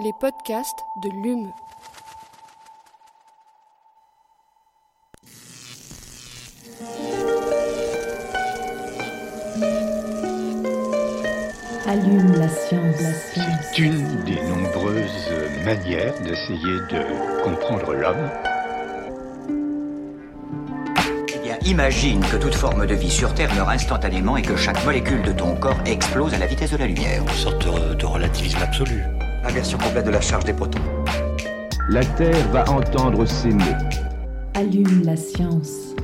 Les podcasts de l'UM. Allume la science. C'est une des nombreuses manières d'essayer de comprendre l'homme. Eh bien, imagine que toute forme de vie sur Terre meurt instantanément et que chaque molécule de ton corps explose à la vitesse de la lumière. Une sorte de relativisme absolu. Inversion complète de la charge des protons. La Terre va entendre ces mots. Allume la science.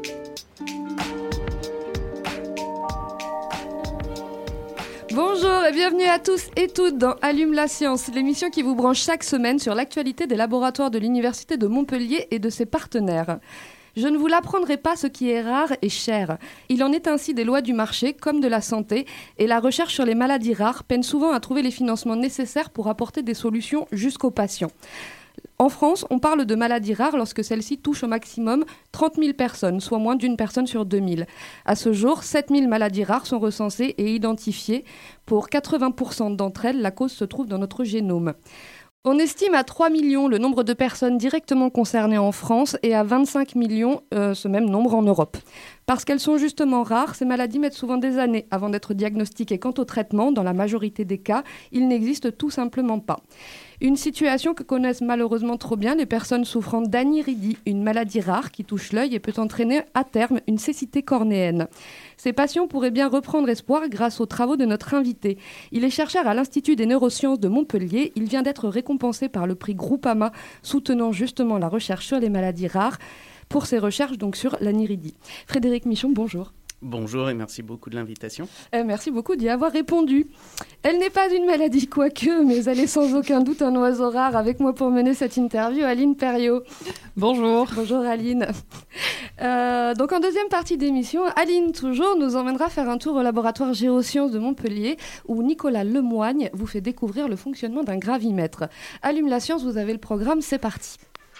Bonjour et bienvenue à tous et toutes dans Allume la science, l'émission qui vous branche chaque semaine sur l'actualité des laboratoires de l'Université de Montpellier et de ses partenaires. Je ne vous l'apprendrai pas, ce qui est rare est cher. Il en est ainsi des lois du marché comme de la santé, et la recherche sur les maladies rares peine souvent à trouver les financements nécessaires pour apporter des solutions jusqu'aux patients. En France, on parle de maladies rares lorsque celles-ci touchent au maximum 30 000 personnes, soit moins d'une personne sur 2000. À ce jour, 7 000 maladies rares sont recensées et identifiées. Pour 80% d'entre elles, la cause se trouve dans notre génome. On estime à 3 millions le nombre de personnes directement concernées en France et à 25 millions ce même nombre en Europe. Parce qu'elles sont justement rares, ces maladies mettent souvent des années avant d'être diagnostiquées. Quant au traitement, dans la majorité des cas, il n'existe tout simplement pas. Une situation que connaissent malheureusement trop bien les personnes souffrant d'aniridie, une maladie rare qui touche l'œil et peut entraîner à terme une cécité cornéenne. Ces patients pourraient bien reprendre espoir grâce aux travaux de notre invité. Il est chercheur à l'Institut des neurosciences de Montpellier. Il vient d'être récompensé par le prix Groupama, soutenant justement la recherche sur les maladies rares, pour ses recherches donc sur l'aniridie. Frédéric Michon, bonjour. Bonjour et merci beaucoup de l'invitation. Merci beaucoup d'y avoir répondu. Elle n'est pas une maladie quoique, mais elle est sans aucun doute un oiseau rare. Avec moi pour mener cette interview, Aline Perriot. Bonjour. Bonjour Aline. Donc en deuxième partie d'émission, Aline toujours nous emmènera faire un tour au laboratoire Géosciences de Montpellier où Nicolas Lemoigne vous fait découvrir le fonctionnement d'un gravimètre. Allume la science, vous avez le programme, c'est parti.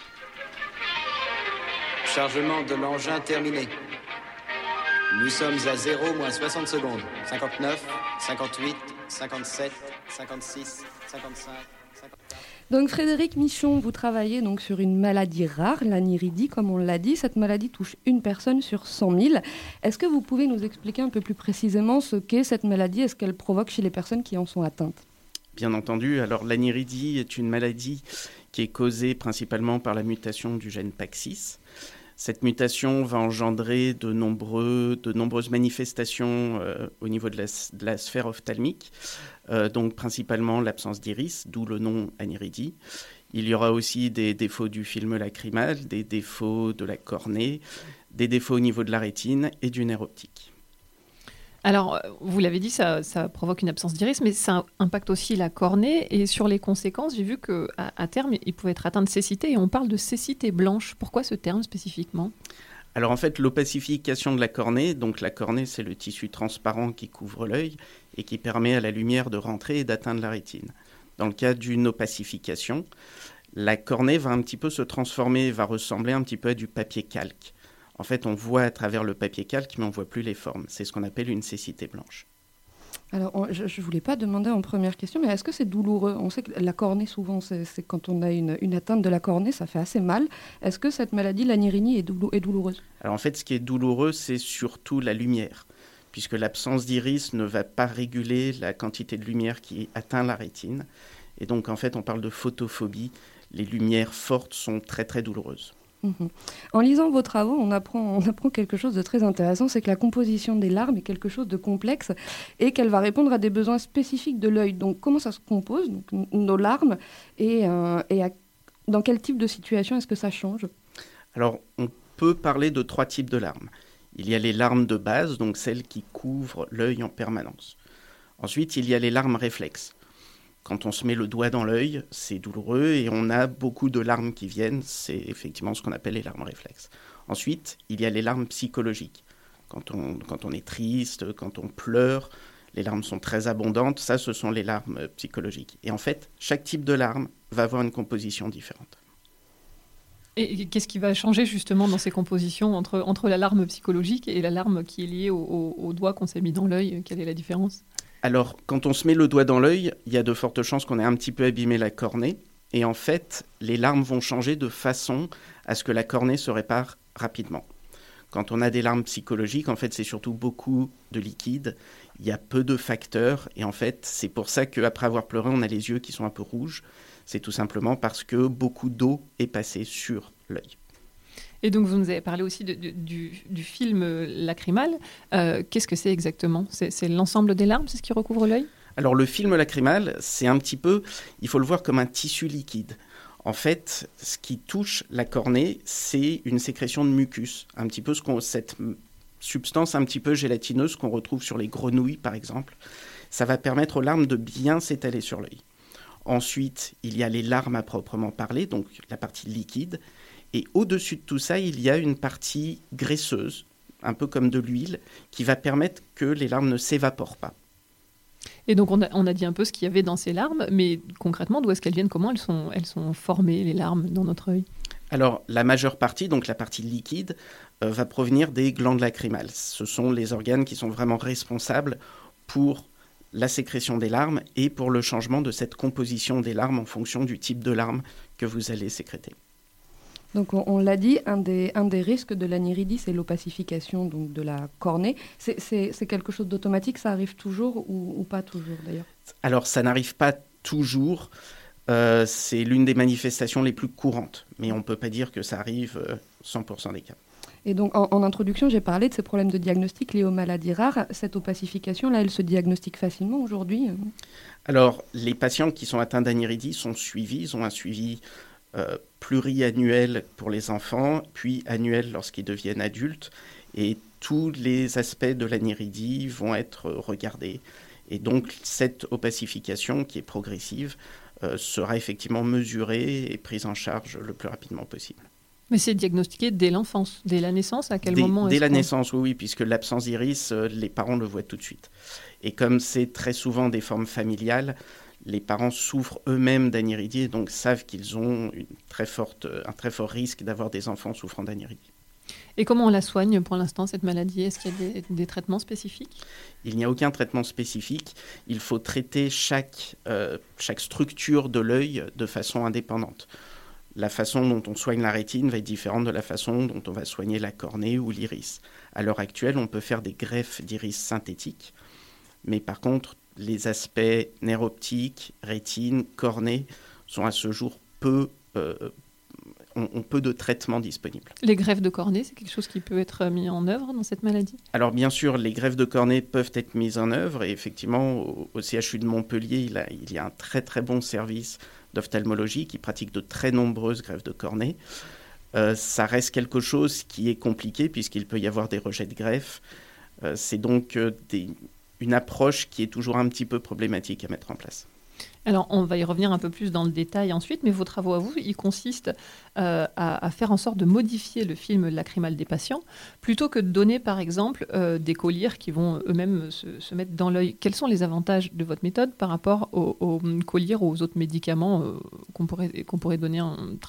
Chargement de l'engin terminé. Nous sommes à 0 moins 60 secondes. 59, 58, 57, 56, 55, 54... Donc Frédéric Michon, vous travaillez donc sur une maladie rare, l'aniridie, comme on l'a dit. Cette maladie touche une personne sur 100 000. Est-ce que vous pouvez nous expliquer un peu plus précisément ce qu'est cette maladie et ce qu'elle provoque chez les personnes qui en sont atteintes ? Bien entendu. Alors l'aniridie est une maladie qui est causée principalement par la mutation du gène PAX6. Cette mutation va engendrer de nombreuses manifestations au niveau de la sphère ophtalmique, donc principalement l'absence d'iris, d'où le nom aniridie. Il y aura aussi des défauts du film lacrymal, des défauts de la cornée, des défauts au niveau de la rétine et du nerf optique. Alors, vous l'avez dit, ça provoque une absence d'iris, mais ça impacte aussi la cornée. Et sur les conséquences, j'ai vu qu'à terme, il pouvait être atteint de cécité. Et on parle de cécité blanche. Pourquoi ce terme spécifiquement ? Alors en fait, l'opacification de la cornée, donc la cornée, c'est le tissu transparent qui couvre l'œil et qui permet à la lumière de rentrer et d'atteindre la rétine. Dans le cas d'une opacification, la cornée va un petit peu se transformer, va ressembler un petit peu à du papier calque. En fait, on voit à travers le papier calque, mais on ne voit plus les formes. C'est ce qu'on appelle une cécité blanche. Alors, je ne voulais pas demander en première question, mais est-ce que c'est douloureux ? On sait que la cornée, souvent, c'est quand on a une atteinte de la cornée, ça fait assez mal. Est-ce que cette maladie, l'aniridie, est douloureuse ? Alors en fait, ce qui est douloureux, c'est surtout la lumière, puisque l'absence d'iris ne va pas réguler la quantité de lumière qui atteint la rétine. Et donc, en fait, on parle de photophobie. Les lumières fortes sont très, très douloureuses. En lisant vos travaux, on apprend quelque chose de très intéressant, c'est que la composition des larmes est quelque chose de complexe et qu'elle va répondre à des besoins spécifiques de l'œil. Donc comment ça se compose, donc, nos larmes, et dans quel type de situation est-ce que ça change ? Alors on peut parler de 3 types de larmes. Il y a les larmes de base, donc celles qui couvrent l'œil en permanence. Ensuite, il y a les larmes réflexes. Quand on se met le doigt dans l'œil, c'est douloureux et on a beaucoup de larmes qui viennent. C'est effectivement ce qu'on appelle les larmes réflexes. Ensuite, il y a les larmes psychologiques. Quand on est triste, quand on pleure, les larmes sont très abondantes. Ça, ce sont les larmes psychologiques. Et en fait, chaque type de larme va avoir une composition différente. Et qu'est-ce qui va changer justement dans ces compositions entre la larme psychologique et la larme qui est liée au doigt qu'on s'est mis dans l'œil ? Quelle est la différence ? Alors, quand on se met le doigt dans l'œil, il y a de fortes chances qu'on ait un petit peu abîmé la cornée. Et en fait, les larmes vont changer de façon à ce que la cornée se répare rapidement. Quand on a des larmes psychologiques, en fait, c'est surtout beaucoup de liquide. Il y a peu de facteurs. Et en fait, c'est pour ça qu'après avoir pleuré, on a les yeux qui sont un peu rouges. C'est tout simplement parce que beaucoup d'eau est passée sur l'œil. Et donc, vous nous avez parlé aussi du film lacrymal. Qu'est-ce que c'est exactement ? C'est l'ensemble des larmes, c'est ce qui recouvre l'œil ? Alors, le film lacrymal, c'est un petit peu, il faut le voir comme un tissu liquide. En fait, ce qui touche la cornée, c'est une sécrétion de mucus, un petit peu cette substance un petit peu gélatineuse qu'on retrouve sur les grenouilles, par exemple. Ça va permettre aux larmes de bien s'étaler sur l'œil. Ensuite, il y a les larmes à proprement parler, donc la partie liquide. Et au-dessus de tout ça, il y a une partie graisseuse, un peu comme de l'huile, qui va permettre que les larmes ne s'évaporent pas. Et donc, on a dit un peu ce qu'il y avait dans ces larmes, mais concrètement, d'où est-ce qu'elles viennent ? Comment elles sont formées, les larmes, dans notre œil ? Alors, la majeure partie, donc la partie liquide, va provenir des glandes lacrymales. Ce sont les organes qui sont vraiment responsables pour la sécrétion des larmes et pour le changement de cette composition des larmes en fonction du type de larmes que vous allez sécréter. Donc on l'a dit, un des risques de l'aniridie, c'est l'opacification donc, de la cornée. C'est quelque chose d'automatique, ça arrive toujours ou pas toujours d'ailleurs ? Alors ça n'arrive pas toujours, c'est l'une des manifestations les plus courantes, mais on ne peut pas dire que ça arrive 100% des cas. Et donc en introduction, j'ai parlé de ces problèmes de diagnostic liés aux maladies rares. Cette opacification-là, elle se diagnostique facilement aujourd'hui ? Alors les patients qui sont atteints d'aniridie sont suivis, ils ont un suivi pluriannuel pour les enfants, puis annuel lorsqu'ils deviennent adultes. Et tous les aspects de l'aniridie vont être regardés. Et donc, cette opacification, qui est progressive, sera effectivement mesurée et prise en charge le plus rapidement possible. Mais c'est diagnostiqué dès l'enfance, dès la naissance ? À quel moment Dès la naissance, oui, puisque l'absence d'iris, les parents le voient tout de suite. Et comme c'est très souvent des formes familiales, les parents souffrent eux-mêmes d'aniridie et donc savent qu'ils ont un très fort risque d'avoir des enfants souffrant d'aniridie. Et comment on la soigne pour l'instant, cette maladie ? Est-ce qu'il y a des traitements spécifiques ? Il n'y a aucun traitement spécifique. Il faut traiter chaque structure de l'œil de façon indépendante. La façon dont on soigne la rétine va être différente de la façon dont on va soigner la cornée ou l'iris. À l'heure actuelle, on peut faire des greffes d'iris synthétiques, mais par contre, les aspects nerfs optiques, rétine, cornée sont à ce jour ont peu de traitements disponibles. Les greffes de cornée, c'est quelque chose qui peut être mis en œuvre dans cette maladie ? Alors bien sûr, les greffes de cornée peuvent être mises en œuvre et effectivement, au CHU de Montpellier, il y a un très très bon service d'ophtalmologie qui pratique de très nombreuses greffes de cornée. Ça reste quelque chose qui est compliqué puisqu'il peut y avoir des rejets de greffes. C'est donc une approche qui est toujours un petit peu problématique à mettre en place. Alors, on va y revenir un peu plus dans le détail ensuite, mais vos travaux à vous, ils consistent à faire en sorte de modifier le film lacrymal des patients, plutôt que de donner, par exemple, des collyres qui vont eux-mêmes se mettre dans l'œil. Quels sont les avantages de votre méthode par rapport aux collyres ou aux autres médicaments qu'on pourrait donner traditionnellement ?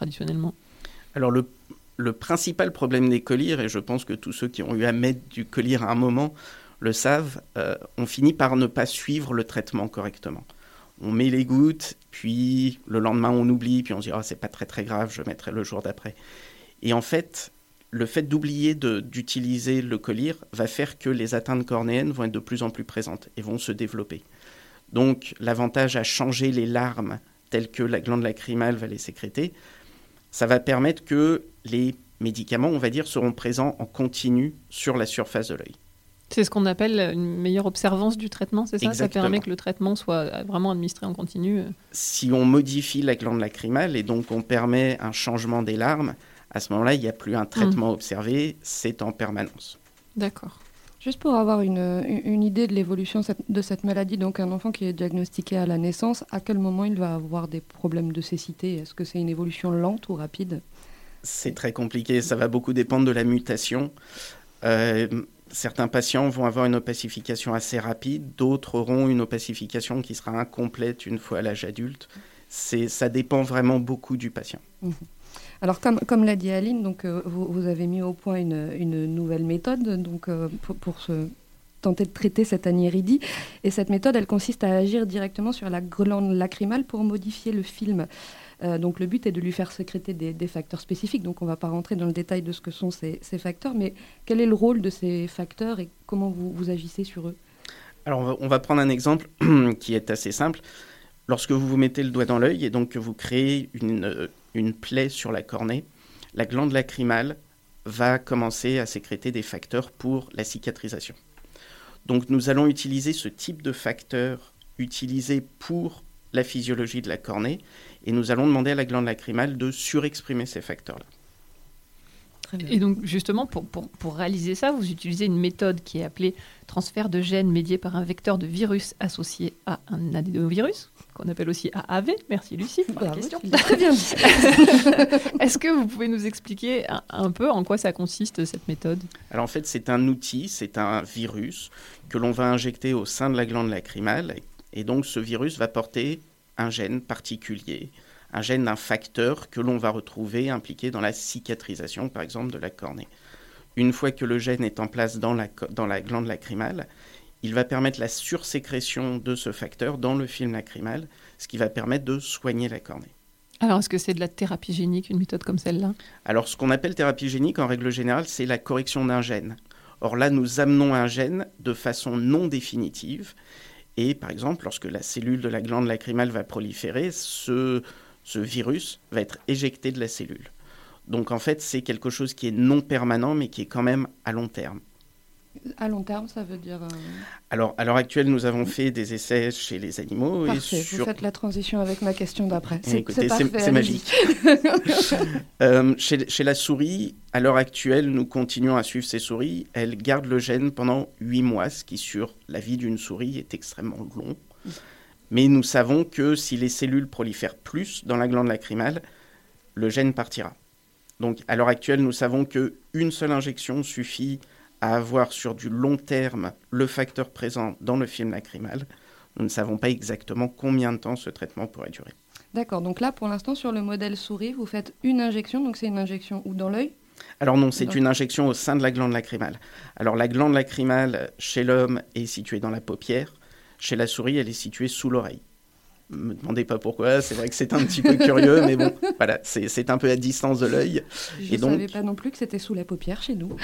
Alors, le principal problème des collyres, et je pense que tous ceux qui ont eu à mettre du collyre à un moment le savent, on finit par ne pas suivre le traitement correctement. On met les gouttes, puis le lendemain on oublie, puis on se dit « c'est pas très très grave, je mettrai le jour d'après ». Et en fait, le fait d'oublier d'utiliser le collyre va faire que les atteintes cornéennes vont être de plus en plus présentes et vont se développer. Donc l'avantage à changer les larmes telles que la glande lacrymale va les sécréter, ça va permettre que les médicaments, on va dire, seront présents en continu sur la surface de l'œil. C'est ce qu'on appelle une meilleure observance du traitement, c'est ça ? Exactement. Ça permet que le traitement soit vraiment administré en continu. Si on modifie la glande lacrymale et donc on permet un changement des larmes, à ce moment-là, il n'y a plus un traitement observé, c'est en permanence. D'accord. Juste pour avoir une idée de l'évolution de cette maladie, donc un enfant qui est diagnostiqué à la naissance, à quel moment il va avoir des problèmes de cécité ? Est-ce que c'est une évolution lente ou rapide ? C'est très compliqué, ça va beaucoup dépendre de la mutation. Certains patients vont avoir une opacification assez rapide, d'autres auront une opacification qui sera incomplète une fois à l'âge adulte. Ça dépend vraiment beaucoup du patient. Alors, comme l'a dit Aline, donc, vous avez mis au point une nouvelle méthode donc, pour ce tenter de traiter cette anéridie. Et cette méthode, elle consiste à agir directement sur la glande lacrymale pour modifier le film. Donc le but est de lui faire sécréter des facteurs spécifiques. Donc on ne va pas rentrer dans le détail de ce que sont ces facteurs, mais quel est le rôle de ces facteurs et comment vous agissez sur eux ? Alors on va prendre un exemple qui est assez simple. Lorsque vous vous mettez le doigt dans l'œil et donc que vous créez une plaie sur la cornée, la glande lacrymale va commencer à sécréter des facteurs pour la cicatrisation. Donc nous allons utiliser ce type de facteurs utilisés pour la physiologie de la cornée et nous allons demander à la glande lacrymale de surexprimer ces facteurs-là. Et donc justement, pour réaliser ça, vous utilisez une méthode qui est appelée transfert de gènes médié par un vecteur de virus associé à un adénovirus, qu'on appelle aussi AAV. Merci Lucie pour la question. Très bien dit. Est-ce que vous pouvez nous expliquer un peu en quoi ça consiste, cette méthode ? Alors en fait, c'est un outil, c'est un virus que l'on va injecter au sein de la glande lacrymale. Et donc ce virus va porter un gène particulier, un gène d'un facteur que l'on va retrouver impliqué dans la cicatrisation, par exemple, de la cornée. Une fois que le gène est en place dans la glande lacrymale, il va permettre la sursécrétion de ce facteur dans le film lacrymal, ce qui va permettre de soigner la cornée. Alors, est-ce que c'est de la thérapie génique, une méthode comme celle-là ? Alors, ce qu'on appelle thérapie génique, en règle générale, c'est la correction d'un gène. Or là, nous amenons un gène de façon non définitive. Et par exemple, lorsque la cellule de la glande lacrymale va proliférer, ce virus va être éjecté de la cellule. Donc en fait, c'est quelque chose qui est non permanent, mais qui est quand même à long terme. À long terme, ça veut dire... Alors, à l'heure actuelle, nous avons fait des essais chez les animaux. Parfait, vous faites la transition avec ma question d'après. Écoutez, parfait, c'est magique. Chez la souris, à l'heure actuelle, nous continuons à suivre ces souris. Elles gardent le gène pendant 8 mois, ce qui, sur la vie d'une souris, est extrêmement long. Mais nous savons que si les cellules prolifèrent plus dans la glande lacrymale, le gène partira. Donc, à l'heure actuelle, nous savons qu'une seule injection suffit à avoir sur du long terme le facteur présent dans le film lacrymal. Nous ne savons pas exactement combien de temps ce traitement pourrait durer. D'accord, donc là, pour l'instant, sur le modèle souris, vous faites une injection, donc c'est une injection où dans l'œil ? Alors non, c'est une injection au sein de la glande lacrymale. Alors la glande lacrymale, chez l'homme, est située dans la paupière. Chez la souris, elle est située sous l'oreille. Ne me demandez pas pourquoi, c'est vrai que c'est un petit peu curieux, mais bon, voilà, c'est un peu à distance de l'œil. Je ne savais pas non plus que c'était sous la paupière chez nous.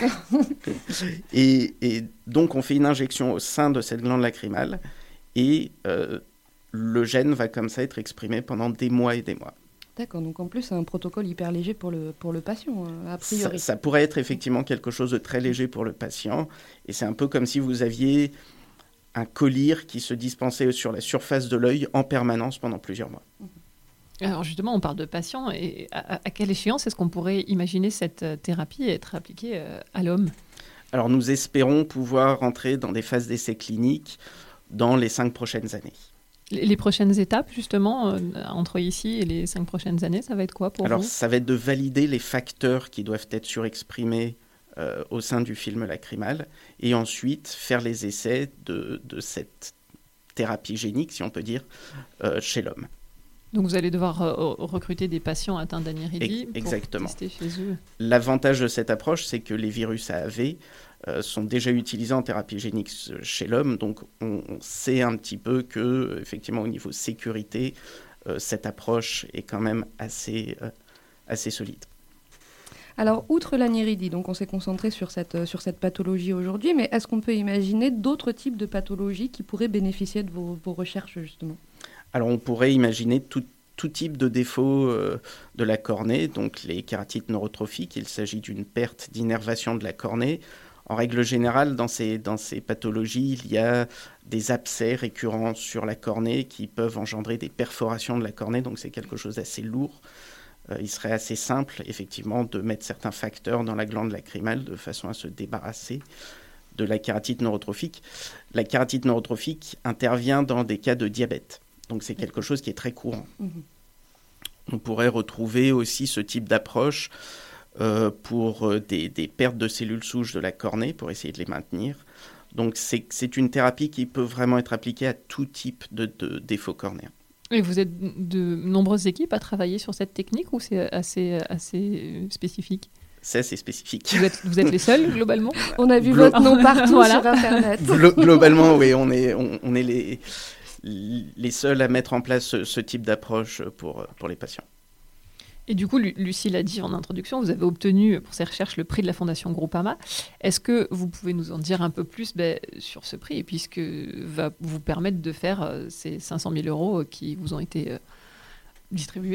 et donc, on fait une injection au sein de cette glande lacrymale, et le gène va comme ça être exprimé pendant des mois et des mois. D'accord, donc en plus, c'est un protocole hyper léger pour le patient, a priori. Ça pourrait être effectivement quelque chose de très léger pour le patient, et c'est un peu comme si vous aviez un collyre qui se dispensait sur la surface de l'œil en permanence pendant plusieurs mois. Alors justement, on parle de patients, et à quelle échéance est-ce qu'on pourrait imaginer cette thérapie être appliquée à l'homme ? Alors nous espérons pouvoir rentrer dans des phases d'essais cliniques dans les 5 prochaines années. Les prochaines étapes, justement, entre ici et les 5 prochaines années, ça va être quoi pour vous ? Alors ça va être de valider les facteurs qui doivent être surexprimés au sein du film lacrymal, et ensuite faire les essais de cette thérapie génique, si on peut dire, chez l'homme. Donc vous allez devoir recruter des patients atteints d'anéridie Exactement. pour tester chez eux. L'avantage de cette approche, c'est que les virus AAV sont déjà utilisés en thérapie génique chez l'homme, donc on sait un petit peu que, effectivement, au niveau sécurité, cette approche est quand même assez solide. Alors, outre l'anéridie, donc on s'est concentré sur cette pathologie aujourd'hui, mais est-ce qu'on peut imaginer d'autres types de pathologies qui pourraient bénéficier de vos recherches, justement ? Alors, on pourrait imaginer tout type de défauts de la cornée, donc les kératites neurotrophiques. Il s'agit d'une perte d'innervation de la cornée. En règle générale, dans ces pathologies, il y a des abcès récurrents sur la cornée qui peuvent engendrer des perforations de la cornée, donc c'est quelque chose d'assez lourd. Il serait assez simple, effectivement, de mettre certains facteurs dans la glande lacrymale de façon à se débarrasser de la kératite neurotrophique. La kératite neurotrophique intervient dans des cas de diabète, donc c'est quelque chose qui est très courant. On pourrait retrouver aussi ce type d'approche pour des pertes de cellules souches de la cornée, pour essayer de les maintenir. Donc c'est une thérapie qui peut vraiment être appliquée à tout type de défaut cornéen. Et vous êtes de nombreuses équipes à travailler sur cette technique ou c'est assez spécifique ? C'est assez spécifique. Vous êtes les seuls, globalement ? On a vu votre nom partout Voilà. sur Internet. Globalement, oui, on est les seuls à mettre en place ce type d'approche pour les patients. Et du coup, Lucie l'a dit en introduction, vous avez obtenu pour ces recherches le prix de la Fondation Groupama. Est-ce que vous pouvez nous en dire un peu plus sur ce prix et puis ce que va vous permettre de faire ces 500 000 euros qui vous ont été distribués ?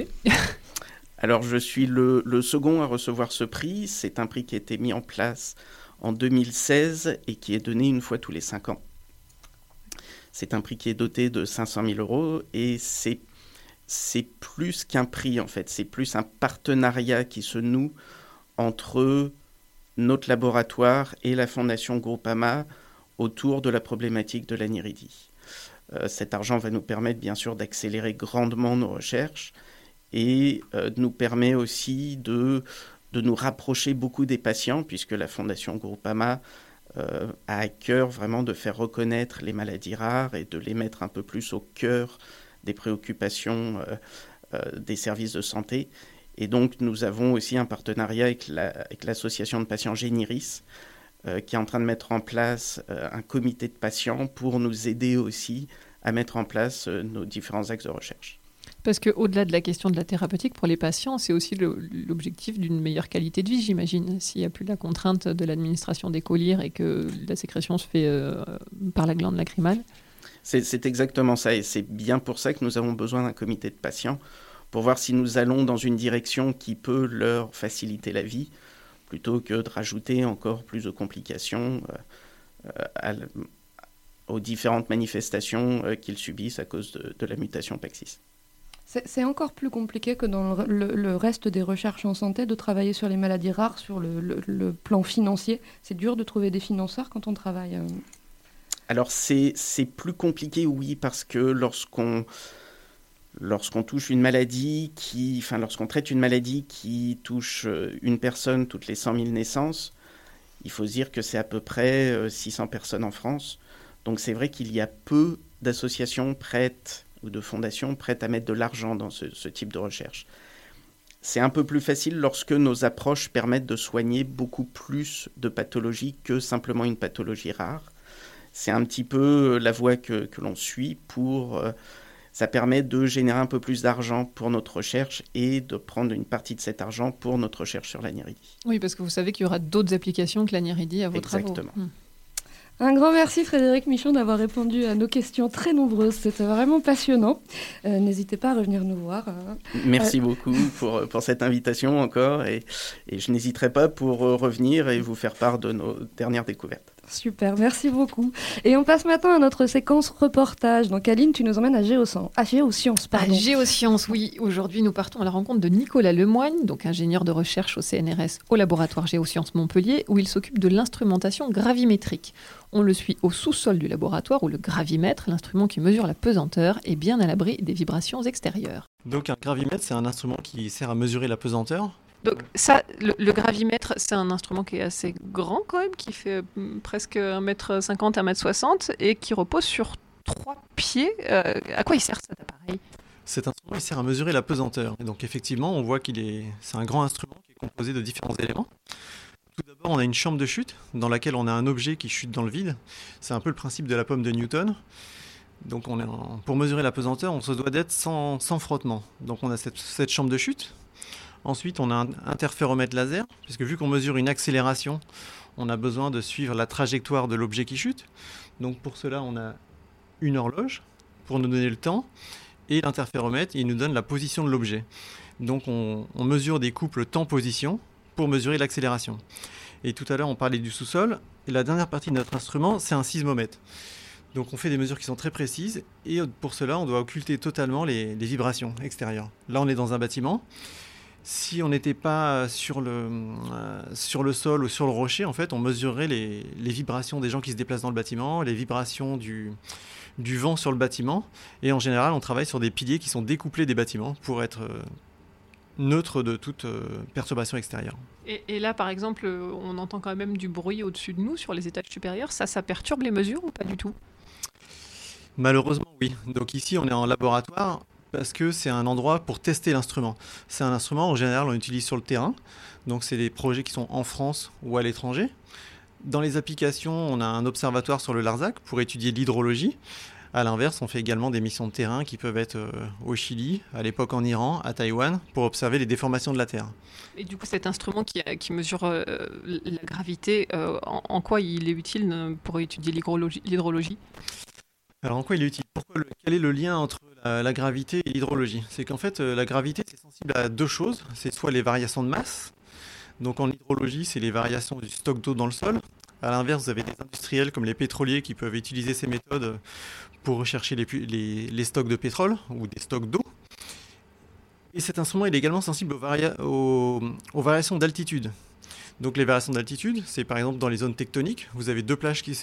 Alors, je suis le second à recevoir ce prix. C'est un prix qui a été mis en place en 2016 et qui est donné une fois tous les 5 ans. C'est un prix qui est doté de 500 000 euros et c'est plus qu'un prix, en fait. C'est plus un partenariat qui se noue entre notre laboratoire et la Fondation Groupama autour de la problématique de l'anéridie. Cet argent va nous permettre, bien sûr, d'accélérer grandement nos recherches et nous permet aussi de nous rapprocher beaucoup des patients, puisque la Fondation Groupama a à cœur vraiment de faire reconnaître les maladies rares et de les mettre un peu plus au cœur des préoccupations des services de santé. Et donc, nous avons aussi un partenariat avec l'association de patients Géniris, qui est en train de mettre en place un comité de patients pour nous aider aussi à mettre en place nos différents axes de recherche. Parce qu'au-delà de la question de la thérapeutique, pour les patients, c'est aussi l'objectif d'une meilleure qualité de vie, j'imagine. S'il n'y a plus la contrainte de l'administration des collyres et que la sécrétion se fait par la glande lacrymale. C'est exactement ça, et c'est bien pour ça que nous avons besoin d'un comité de patients, pour voir si nous allons dans une direction qui peut leur faciliter la vie, plutôt que de rajouter encore plus de complications aux différentes manifestations qu'ils subissent à cause de la mutation PAX6. C'est encore plus compliqué que dans le reste des recherches en santé de travailler sur les maladies rares, sur le plan financier. C'est dur de trouver des financeurs quand on travaille. Alors c'est plus compliqué, oui, parce que lorsqu'on touche une maladie lorsqu'on traite une maladie qui touche une personne toutes les 100 000 naissances, il faut se dire que c'est à peu près 600 personnes en France. Donc c'est vrai qu'il y a peu d'associations prêtes ou de fondations prêtes à mettre de l'argent dans ce type de recherche. C'est un peu plus facile lorsque nos approches permettent de soigner beaucoup plus de pathologies que simplement une pathologie rare. C'est un petit peu la voie que l'on suit ça permet de générer un peu plus d'argent pour notre recherche et de prendre une partie de cet argent pour notre recherche sur l'anéridie. Oui, parce que vous savez qu'il y aura d'autres applications que l'anéridie à vos travaux. Exactement. Un grand merci Frédéric Michon d'avoir répondu à nos questions très nombreuses. C'était vraiment passionnant. N'hésitez pas à revenir nous voir. Merci beaucoup pour cette invitation encore et je n'hésiterai pas pour revenir et vous faire part de nos dernières découvertes. Super, merci beaucoup. Et on passe maintenant à notre séquence reportage. Donc Aline, tu nous emmènes à Géosciences. À Géosciences, oui. Aujourd'hui, nous partons à la rencontre de Nicolas Lemoigne, donc ingénieur de recherche au CNRS au laboratoire Géosciences Montpellier, où il s'occupe de l'instrumentation gravimétrique. On le suit au sous-sol du laboratoire où le gravimètre, l'instrument qui mesure la pesanteur, est bien à l'abri des vibrations extérieures. Donc un gravimètre, c'est un instrument qui sert à mesurer la pesanteur. Donc ça, le gravimètre, c'est un instrument qui est assez grand quand même, qui fait presque 1m50, 1m60 et qui repose sur 3 pieds. À quoi il sert cet appareil ? Cet instrument, il sert à mesurer la pesanteur. Et donc effectivement, on voit c'est un grand instrument qui est composé de différents éléments. Tout d'abord, on a une chambre de chute dans laquelle on a un objet qui chute dans le vide. C'est un peu le principe de la pomme de Newton. Donc pour mesurer la pesanteur, on se doit d'être sans frottement. Donc on a cette chambre de chute. Ensuite, on a un interféromètre laser, puisque vu qu'on mesure une accélération, on a besoin de suivre la trajectoire de l'objet qui chute. Donc pour cela, on a une horloge pour nous donner le temps, et l'interféromètre, il nous donne la position de l'objet. Donc on mesure des couples temps-position pour mesurer l'accélération. Et tout à l'heure, on parlait du sous-sol, et la dernière partie de notre instrument, c'est un sismomètre. Donc on fait des mesures qui sont très précises, et pour cela, on doit occulter totalement les vibrations extérieures. Là, on est dans un bâtiment. Si on n'était pas sur le sol ou sur le rocher, en fait, on mesurerait les vibrations des gens qui se déplacent dans le bâtiment, les vibrations du vent sur le bâtiment. Et en général, on travaille sur des piliers qui sont découplés des bâtiments pour être neutre de toute perturbation extérieure. Et là, par exemple, on entend quand même du bruit au-dessus de nous, sur les étages supérieurs. Ça perturbe les mesures ou pas du tout ? Malheureusement, oui. Donc ici, on est en laboratoire. parce que c'est un endroit pour tester l'instrument. C'est un instrument, en général, on l'utilise sur le terrain. Donc, c'est des projets qui sont en France ou à l'étranger. Dans les applications, on a un observatoire sur le Larzac pour étudier l'hydrologie. À l'inverse, on fait également des missions de terrain qui peuvent être au Chili, à l'époque en Iran, à Taïwan, pour observer les déformations de la Terre. Et du coup, cet instrument qui mesure la gravité, en quoi il est utile pour étudier l'hydrologie ? Alors, en quoi il est utile ? Quel est le lien entre la gravité et l'hydrologie ? C'est qu'en fait, la gravité, c'est sensible à deux choses. C'est soit les variations de masse. Donc, en hydrologie, c'est les variations du stock d'eau dans le sol. À l'inverse, vous avez des industriels comme les pétroliers qui peuvent utiliser ces méthodes pour rechercher les stocks de pétrole ou des stocks d'eau. Et cet instrument il est également sensible aux variations d'altitude. Donc les variations d'altitude, c'est par exemple dans les zones tectoniques, vous avez deux plaques qui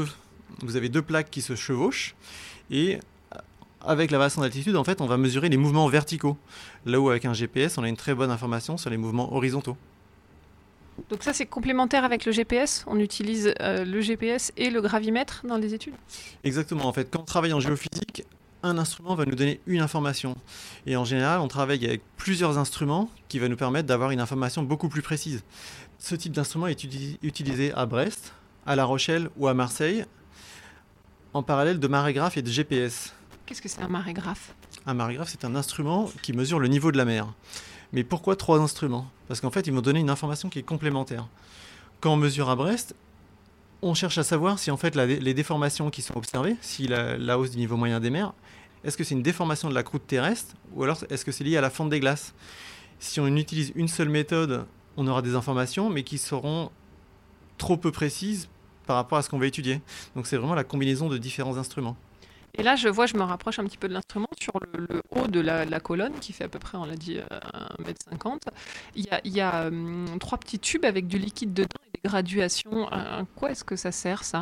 se chevauchent et avec la variation d'altitude, en fait, on va mesurer les mouvements verticaux. Là où avec un GPS, on a une très bonne information sur les mouvements horizontaux. Donc ça, c'est complémentaire avec le GPS. On utilise le GPS et le gravimètre dans les études. Exactement. En fait, quand on travaille en géophysique, un instrument va nous donner une information. Et en général, on travaille avec plusieurs instruments qui vont nous permettre d'avoir une information beaucoup plus précise. Ce type d'instrument est utilisé à Brest, à La Rochelle ou à Marseille, en parallèle de marégraphes et de GPS. Qu'est-ce que c'est un marégraphe ? Un marégraphe, c'est un instrument qui mesure le niveau de la mer. Mais pourquoi 3 instruments ? Parce qu'en fait, ils vont donner une information qui est complémentaire. Quand on mesure à Brest, on cherche à savoir si en fait les déformations qui sont observées, si la hausse du niveau moyen des mers, est-ce que c'est une déformation de la croûte terrestre ou alors est-ce que c'est lié à la fonte des glaces ? Si on utilise une seule méthode, on aura des informations, mais qui seront trop peu précises par rapport à ce qu'on va étudier. Donc c'est vraiment la combinaison de différents instruments. Et là, je me rapproche un petit peu de l'instrument. Sur le haut de la colonne, qui fait à peu près, on l'a dit, 1,50 m, il y a 3 petits tubes avec du liquide dedans et des graduations. À quoi est-ce que ça sert, ça ?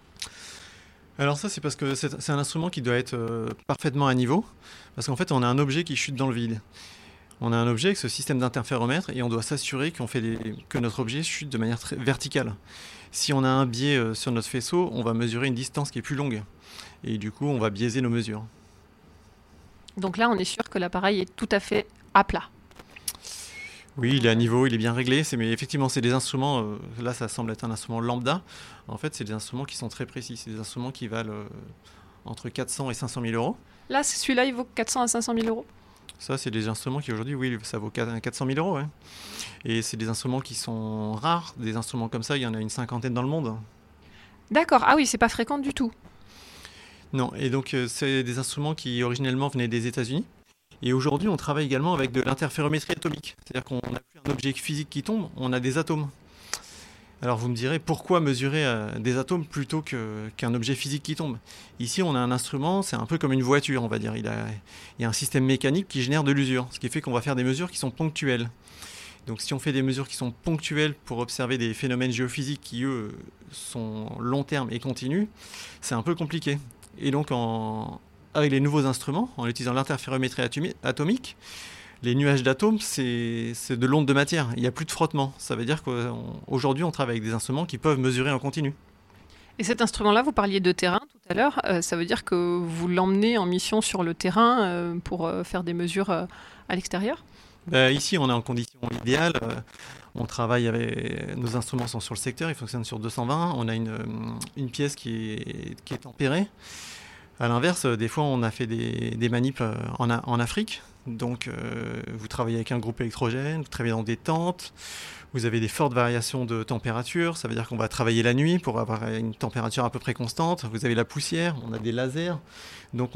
Alors ça, c'est parce que c'est un instrument qui doit être parfaitement à niveau. Parce qu'en fait, on a un objet qui chute dans le vide. On a un objet avec ce système d'interféromètre et on doit s'assurer que notre objet chute de manière très verticale. Si on a un biais sur notre faisceau, on va mesurer une distance qui est plus longue. Et du coup, on va biaiser nos mesures. Donc là, on est sûr que l'appareil est tout à fait à plat. Oui, il est à niveau, il est bien réglé. Mais effectivement, c'est des instruments, là ça semble être un instrument lambda. En fait, c'est des instruments qui sont très précis. C'est des instruments qui valent entre 400 et 500 000 euros. Là, celui-là, il vaut 400 à 500 000 euros. Ça, c'est des instruments qui aujourd'hui, oui, ça vaut 400 000 euros. Ouais. Et c'est des instruments qui sont rares. Des instruments comme ça, il y en a une 50aine dans le monde. D'accord, ah oui, c'est pas fréquent du tout. Non, et donc c'est des instruments qui originellement venaient des États-Unis. Et aujourd'hui, on travaille également avec de l'interférométrie atomique. C'est-à-dire qu'on n'a plus un objet physique qui tombe, on a des atomes. Alors vous me direz, pourquoi mesurer des atomes plutôt qu'un objet physique qui tombe ? Ici, on a un instrument, c'est un peu comme une voiture, on va dire. Il y a un système mécanique qui génère de l'usure, ce qui fait qu'on va faire des mesures qui sont ponctuelles. Donc si on fait des mesures qui sont ponctuelles pour observer des phénomènes géophysiques qui, eux, sont long terme et continus, c'est un peu compliqué. Et donc, avec les nouveaux instruments, en utilisant l'interférométrie atomique, les nuages d'atomes, c'est de l'onde de matière. Il n'y a plus de frottement. Ça veut dire qu'aujourd'hui, on travaille avec des instruments qui peuvent mesurer en continu. Et cet instrument-là, vous parliez de terrain tout à l'heure. Ça veut dire que vous l'emmenez en mission sur le terrain pour faire des mesures à l'extérieur ? Ici, on est en condition idéale. On travaille avec... Nos instruments sont sur le secteur, ils fonctionnent sur 220. On a une pièce qui est tempérée. À l'inverse, des fois, on a fait des manips en Afrique. Donc, vous travaillez avec un groupe électrogène, vous travaillez dans des tentes, vous avez des fortes variations de température. Ça veut dire qu'on va travailler la nuit pour avoir une température à peu près constante. Vous avez la poussière, on a des lasers. Donc,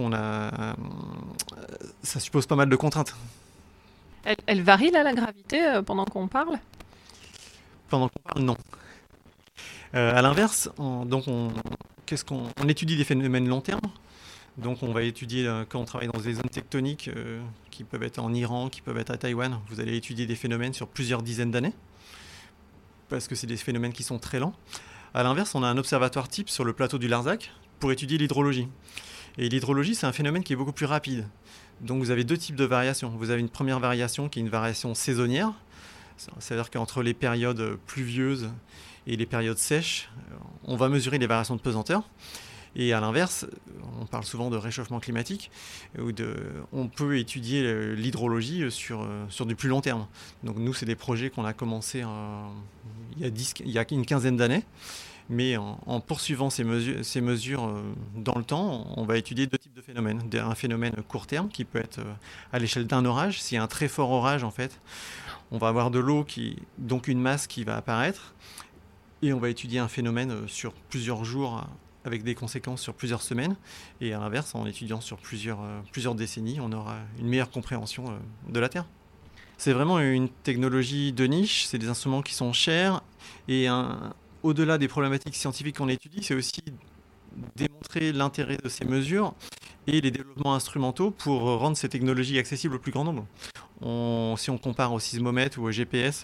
ça suppose pas mal de contraintes. Elle varie, là, la gravité, pendant qu'on parle ? Pendant qu'on parle, non. À l'inverse, on étudie des phénomènes long terme. Donc on va étudier, quand on travaille dans des zones tectoniques qui peuvent être en Iran, qui peuvent être à Taïwan, vous allez étudier des phénomènes sur plusieurs dizaines d'années, parce que c'est des phénomènes qui sont très lents. À l'inverse, on a un observatoire type sur le plateau du Larzac pour étudier l'hydrologie. Et l'hydrologie, c'est un phénomène qui est beaucoup plus rapide. Donc vous avez 2 types de variations. Vous avez une première variation qui est une variation saisonnière. C'est-à-dire qu'entre les périodes pluvieuses et les périodes sèches, on va mesurer les variations de pesanteur. Et à l'inverse, on parle souvent de réchauffement climatique, on peut étudier l'hydrologie sur du plus long terme. Donc nous, c'est des projets qu'on a commencé il y a une quinzaine d'années. Mais en poursuivant ces mesures dans le temps, on va étudier deux types de phénomènes. Un phénomène court terme qui peut être à l'échelle d'un orage. S'il y a un très fort orage, en fait, on va avoir de l'eau, donc une masse qui va apparaître. Et on va étudier un phénomène sur plusieurs jours avec des conséquences sur plusieurs semaines. Et à l'inverse, en étudiant sur plusieurs décennies, on aura une meilleure compréhension de la Terre. C'est vraiment une technologie de niche. C'est des instruments qui sont chers et au-delà des problématiques scientifiques qu'on étudie, c'est aussi démontrer l'intérêt de ces mesures et les développements instrumentaux pour rendre ces technologies accessibles au plus grand nombre. Si on compare au sismomètre ou au GPS,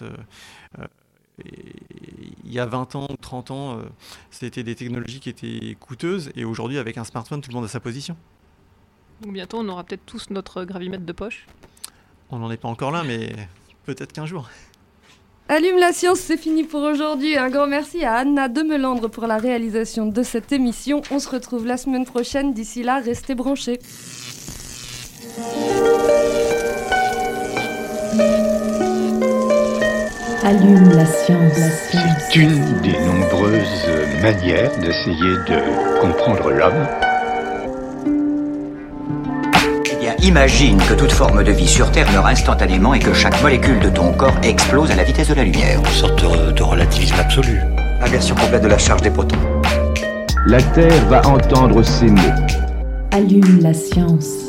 il y a 20 ans ou 30 ans, c'était des technologies qui étaient coûteuses et aujourd'hui, avec un smartphone, tout le monde a sa position. Donc bientôt, on aura peut-être tous notre gravimètre de poche. On n'en est pas encore là, mais peut-être qu'un jour. Allume la science, c'est fini pour aujourd'hui. Un grand merci à Anna Demelandre pour la réalisation de cette émission. On se retrouve la semaine prochaine. D'ici là, restez branchés. Allume la science. C'est une des nombreuses manières d'essayer de comprendre l'homme. Imagine que toute forme de vie sur Terre meurt instantanément et que chaque molécule de ton corps explose à la vitesse de la lumière. Une sorte de relativisme absolu. Inversion complète de la charge des protons. La Terre va entendre ces mots. Allume la science.